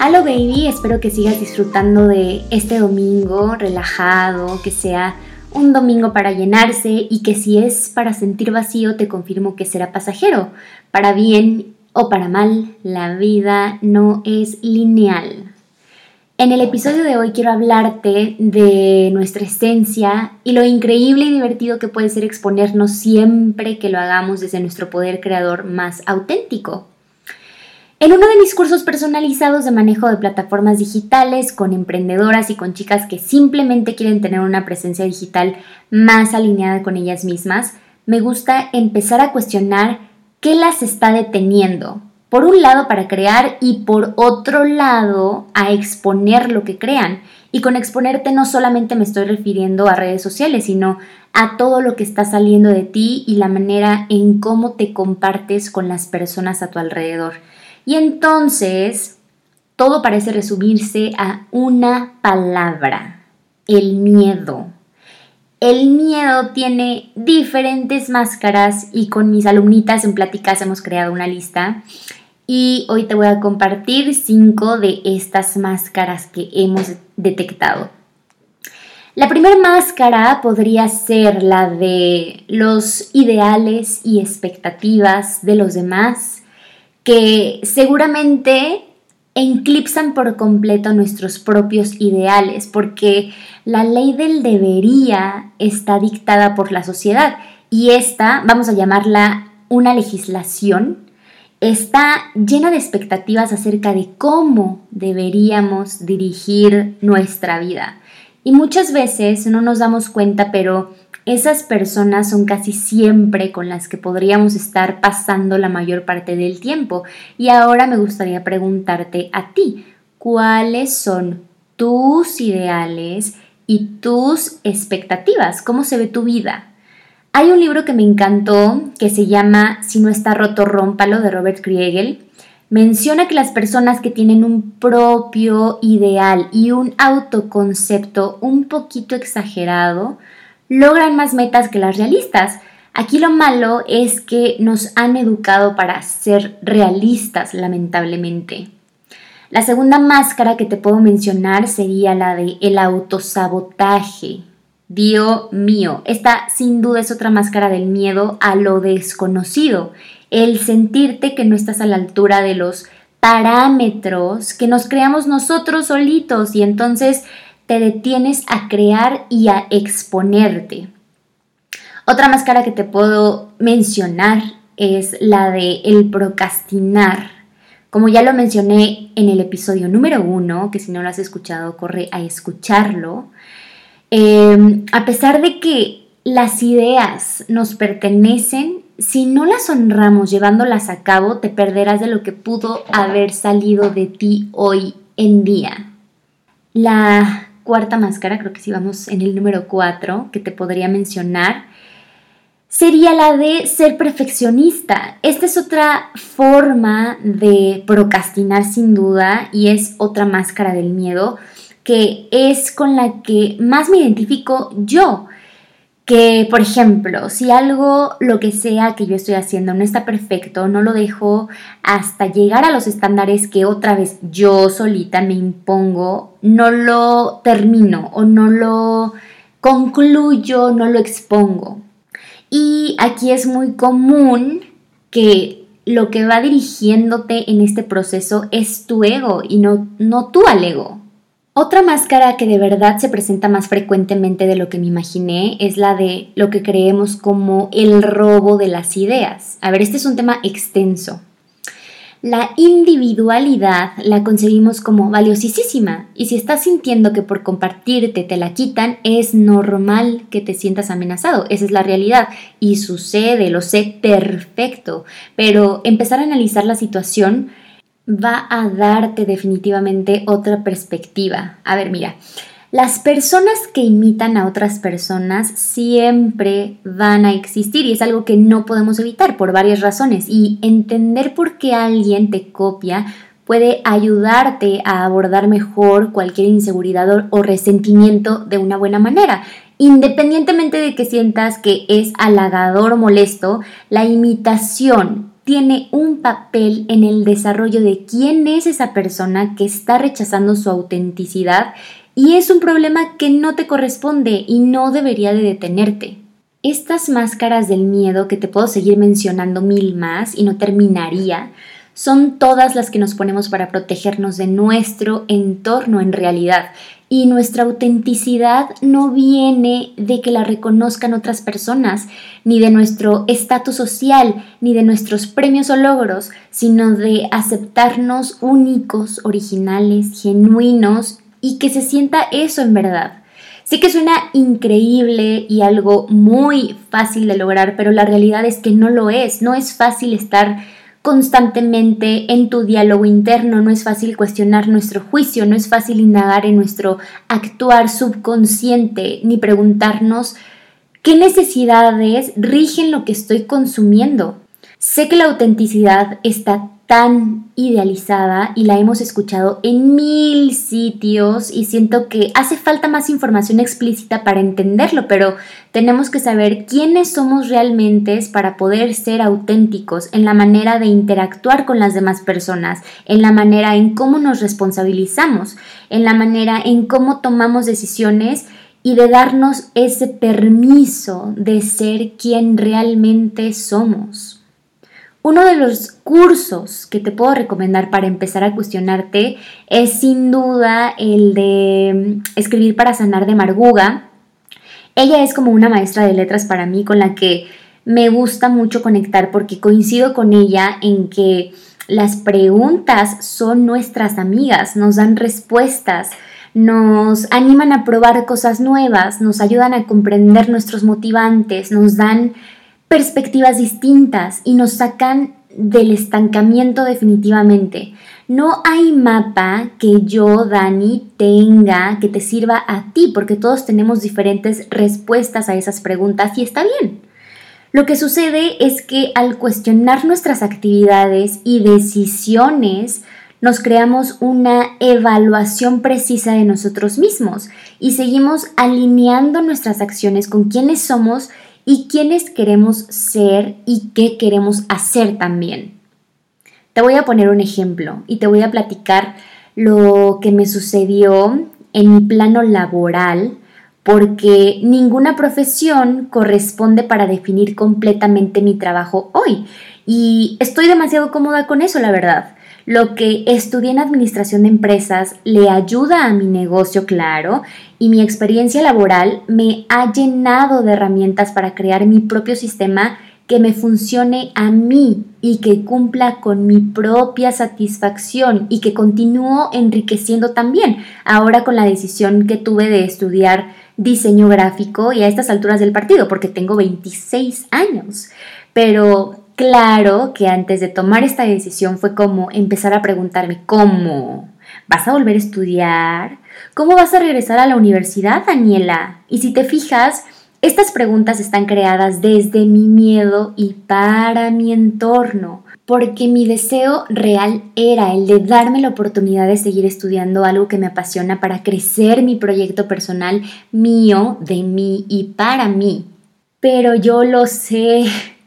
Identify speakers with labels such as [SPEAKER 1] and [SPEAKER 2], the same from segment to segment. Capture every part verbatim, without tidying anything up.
[SPEAKER 1] Halo baby, espero que sigas disfrutando de este domingo relajado, que sea un domingo para llenarse y que si es para sentir vacío te confirmo que será pasajero. Para bien o para mal, la vida no es lineal. En el episodio de hoy quiero hablarte de nuestra esencia y lo increíble y divertido que puede ser exponernos siempre que lo hagamos desde nuestro poder creador más auténtico. En uno de mis cursos personalizados de manejo de plataformas digitales con emprendedoras y con chicas que simplemente quieren tener una presencia digital más alineada con ellas mismas, me gusta empezar a cuestionar qué las está deteniendo. Por un lado para crear y por otro lado a exponer lo que crean. Y con exponerte no solamente me estoy refiriendo a redes sociales, sino a todo lo que está saliendo de ti y la manera en cómo te compartes con las personas a tu alrededor. Y entonces todo parece resumirse a una palabra: el miedo. El miedo tiene diferentes máscaras y con mis alumnitas en pláticas hemos creado una lista y hoy te voy a compartir cinco de estas máscaras que hemos detectado. La primera máscara podría ser la de los ideales y expectativas de los demás, que seguramente eclipsan por completo nuestros propios ideales, porque la ley del debería está dictada por la sociedad y esta, vamos a llamarla una legislación, está llena de expectativas acerca de cómo deberíamos dirigir nuestra vida. Y muchas veces no nos damos cuenta, pero esas personas son casi siempre con las que podríamos estar pasando la mayor parte del tiempo. Y ahora me gustaría preguntarte a ti, ¿cuáles son tus ideales y tus expectativas? ¿Cómo se ve tu vida? Hay un libro que me encantó que se llama Si no está roto, rómpalo, de Robert Kriegel. Menciona que las personas que tienen un propio ideal y un autoconcepto un poquito exagerado logran más metas que las realistas. Aquí lo malo es que nos han educado para ser realistas, lamentablemente. La segunda máscara que te puedo mencionar sería la de el autosabotaje. Dios mío, esta sin duda es otra máscara del miedo a lo desconocido. El sentirte que no estás a la altura de los parámetros que nos creamos nosotros solitos y entonces te detienes a crear y a exponerte. Otra máscara que te puedo mencionar es la de el procrastinar. Como ya lo mencioné en el episodio número uno, que si no lo has escuchado, corre a escucharlo. Eh, a pesar de que las ideas nos pertenecen, si no las honramos llevándolas a cabo, te perderás de lo que pudo haber salido de ti hoy en día. La cuarta máscara, creo que sí vamos en el número cuatro, que te podría mencionar, sería la de ser perfeccionista. Esta es otra forma de procrastinar sin duda y es otra máscara del miedo que es con la que más me identifico yo. Que, por ejemplo, si algo, lo que sea que yo estoy haciendo no está perfecto, no lo dejo hasta llegar a los estándares que otra vez yo solita me impongo, no lo termino o no lo concluyo, no lo expongo. Y aquí es muy común que lo que va dirigiéndote en este proceso es tu ego y no, no tú al ego. Otra máscara que de verdad se presenta más frecuentemente de lo que me imaginé es la de lo que creemos como el robo de las ideas. A ver, este es un tema extenso. La individualidad la concebimos como valiosísima y si estás sintiendo que por compartirte te la quitan, es normal que te sientas amenazado. Esa es la realidad y sucede, lo sé perfecto, pero empezar a analizar la situación va a darte definitivamente otra perspectiva. A ver, mira, las personas que imitan a otras personas siempre van a existir y es algo que no podemos evitar por varias razones y entender por qué alguien te copia puede ayudarte a abordar mejor cualquier inseguridad o resentimiento de una buena manera. Independientemente de que sientas que es halagador o molesto, la imitación tiene un papel en el desarrollo de quién es esa persona que está rechazando su autenticidad y es un problema que no te corresponde y no debería de detenerte. Estas máscaras del miedo, que te puedo seguir mencionando mil más y no terminaría, son todas las que nos ponemos para protegernos de nuestro entorno en realidad. Y nuestra autenticidad no viene de que la reconozcan otras personas, ni de nuestro estatus social, ni de nuestros premios o logros, sino de aceptarnos únicos, originales, genuinos y que se sienta eso en verdad. Sé que suena increíble y algo muy fácil de lograr, pero la realidad es que no lo es. No es fácil estar constantemente en tu diálogo interno, no es fácil cuestionar nuestro juicio, no es fácil indagar en nuestro actuar subconsciente, ni preguntarnos qué necesidades rigen lo que estoy consumiendo. Sé que la autenticidad está tan idealizada y la hemos escuchado en mil sitios y siento que hace falta más información explícita para entenderlo, pero tenemos que saber quiénes somos realmente para poder ser auténticos en la manera de interactuar con las demás personas, en la manera en cómo nos responsabilizamos, en la manera en cómo tomamos decisiones y de darnos ese permiso de ser quien realmente somos. Uno de los cursos que te puedo recomendar para empezar a cuestionarte es sin duda el de Escribir para Sanar de Marguga. Ella es como una maestra de letras para mí con la que me gusta mucho conectar porque coincido con ella en que las preguntas son nuestras amigas, nos dan respuestas, nos animan a probar cosas nuevas, nos ayudan a comprender nuestros motivantes, nos dan perspectivas distintas y nos sacan del estancamiento definitivamente. No hay mapa que yo, Dani, tenga que te sirva a ti, porque todos tenemos diferentes respuestas a esas preguntas y está bien. Lo que sucede es que al cuestionar nuestras actividades y decisiones, nos creamos una evaluación precisa de nosotros mismos y seguimos alineando nuestras acciones con quiénes somos y quiénes queremos ser y qué queremos hacer también. Te voy a poner un ejemplo y te voy a platicar lo que me sucedió en mi plano laboral, porque ninguna profesión corresponde para definir completamente mi trabajo hoy. Y estoy demasiado cómoda con eso, la verdad. Lo que estudié en administración de empresas le ayuda a mi negocio, claro, y mi experiencia laboral me ha llenado de herramientas para crear mi propio sistema que me funcione a mí y que cumpla con mi propia satisfacción y que continúo enriqueciendo también. Ahora con la decisión que tuve de estudiar diseño gráfico y a estas alturas del partido, porque tengo veintiséis años, pero claro que antes de tomar esta decisión fue como empezar a preguntarme, ¿cómo? ¿Vas a volver a estudiar? ¿Cómo vas a regresar a la universidad, Daniela? Y si te fijas, estas preguntas están creadas desde mi miedo y para mi entorno, porque mi deseo real era el de darme la oportunidad de seguir estudiando algo que me apasiona para crecer mi proyecto personal mío, de mí y para mí. Pero yo lo sé.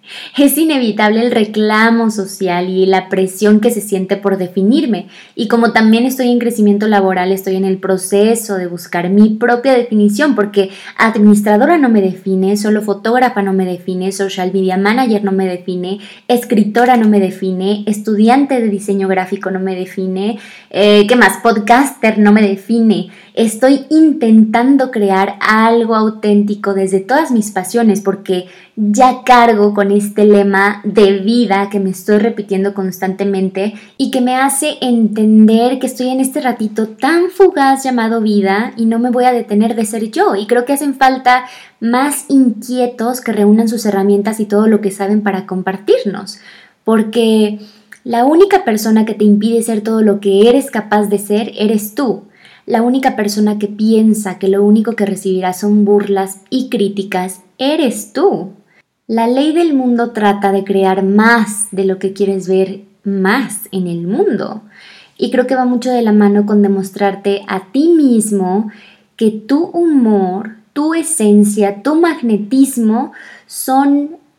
[SPEAKER 1] Es inevitable el reclamo social y la presión que se siente por definirme. Y como también estoy en crecimiento laboral, estoy en el proceso de buscar mi propia definición, porque administradora no me define, solo fotógrafa no me define, social media manager no me define, escritora no me define, estudiante de diseño gráfico no me define, eh, ¿qué más? Podcaster no me define. Estoy intentando crear algo auténtico desde todas mis pasiones porque ya cargo con este lema de vida que me estoy repitiendo constantemente y que me hace entender que estoy en este ratito tan fugaz llamado vida y no me voy a detener de ser yo. Y creo que hacen falta más inquietos que reúnan sus herramientas y todo lo que saben para compartirnos. Porque la única persona que te impide ser todo lo que eres capaz de ser eres tú. La única persona que piensa que lo único que recibirás son burlas y críticas eres tú. La ley del mundo trata de crear más de lo que quieres ver más en el mundo. Y creo que va mucho de la mano con demostrarte a ti mismo que tu humor, tu esencia, tu magnetismo son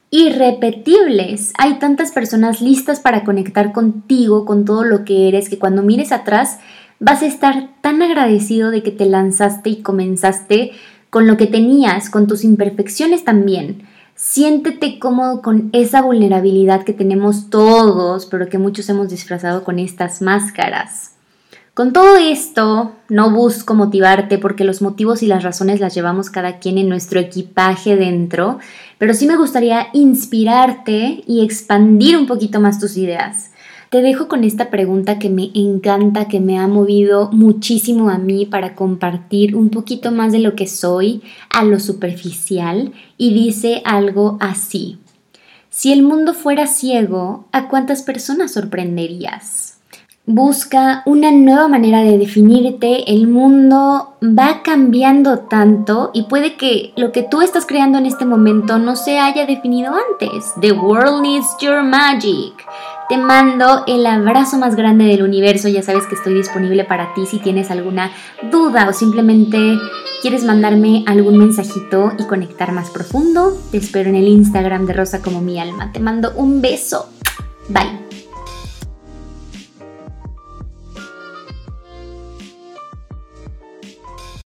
[SPEAKER 1] irrepetibles. Hay tantas personas listas para conectar contigo, con todo lo que eres, que cuando mires atrás vas a estar tan agradecido de que te lanzaste y comenzaste con lo que tenías, con tus imperfecciones también. Siéntete cómodo con esa vulnerabilidad que tenemos todos, pero que muchos hemos disfrazado con estas máscaras. Con todo esto, no busco motivarte porque los motivos y las razones las llevamos cada quien en nuestro equipaje dentro, pero sí me gustaría inspirarte y expandir un poquito más tus ideas. Te dejo con esta pregunta que me encanta, que me ha movido muchísimo a mí para compartir un poquito más de lo que soy a lo superficial, y dice algo así: si el mundo fuera ciego, ¿a cuántas personas sorprenderías? Busca una nueva manera de definirte. El mundo va cambiando tanto y puede que lo que tú estás creando en este momento no se haya definido antes. The world needs your magic. Te mando el abrazo más grande del universo. Ya sabes que estoy disponible para ti si tienes alguna duda o simplemente quieres mandarme algún mensajito y conectar más profundo. Te espero en el Instagram de Rosa como mi alma. Te mando un beso. Bye.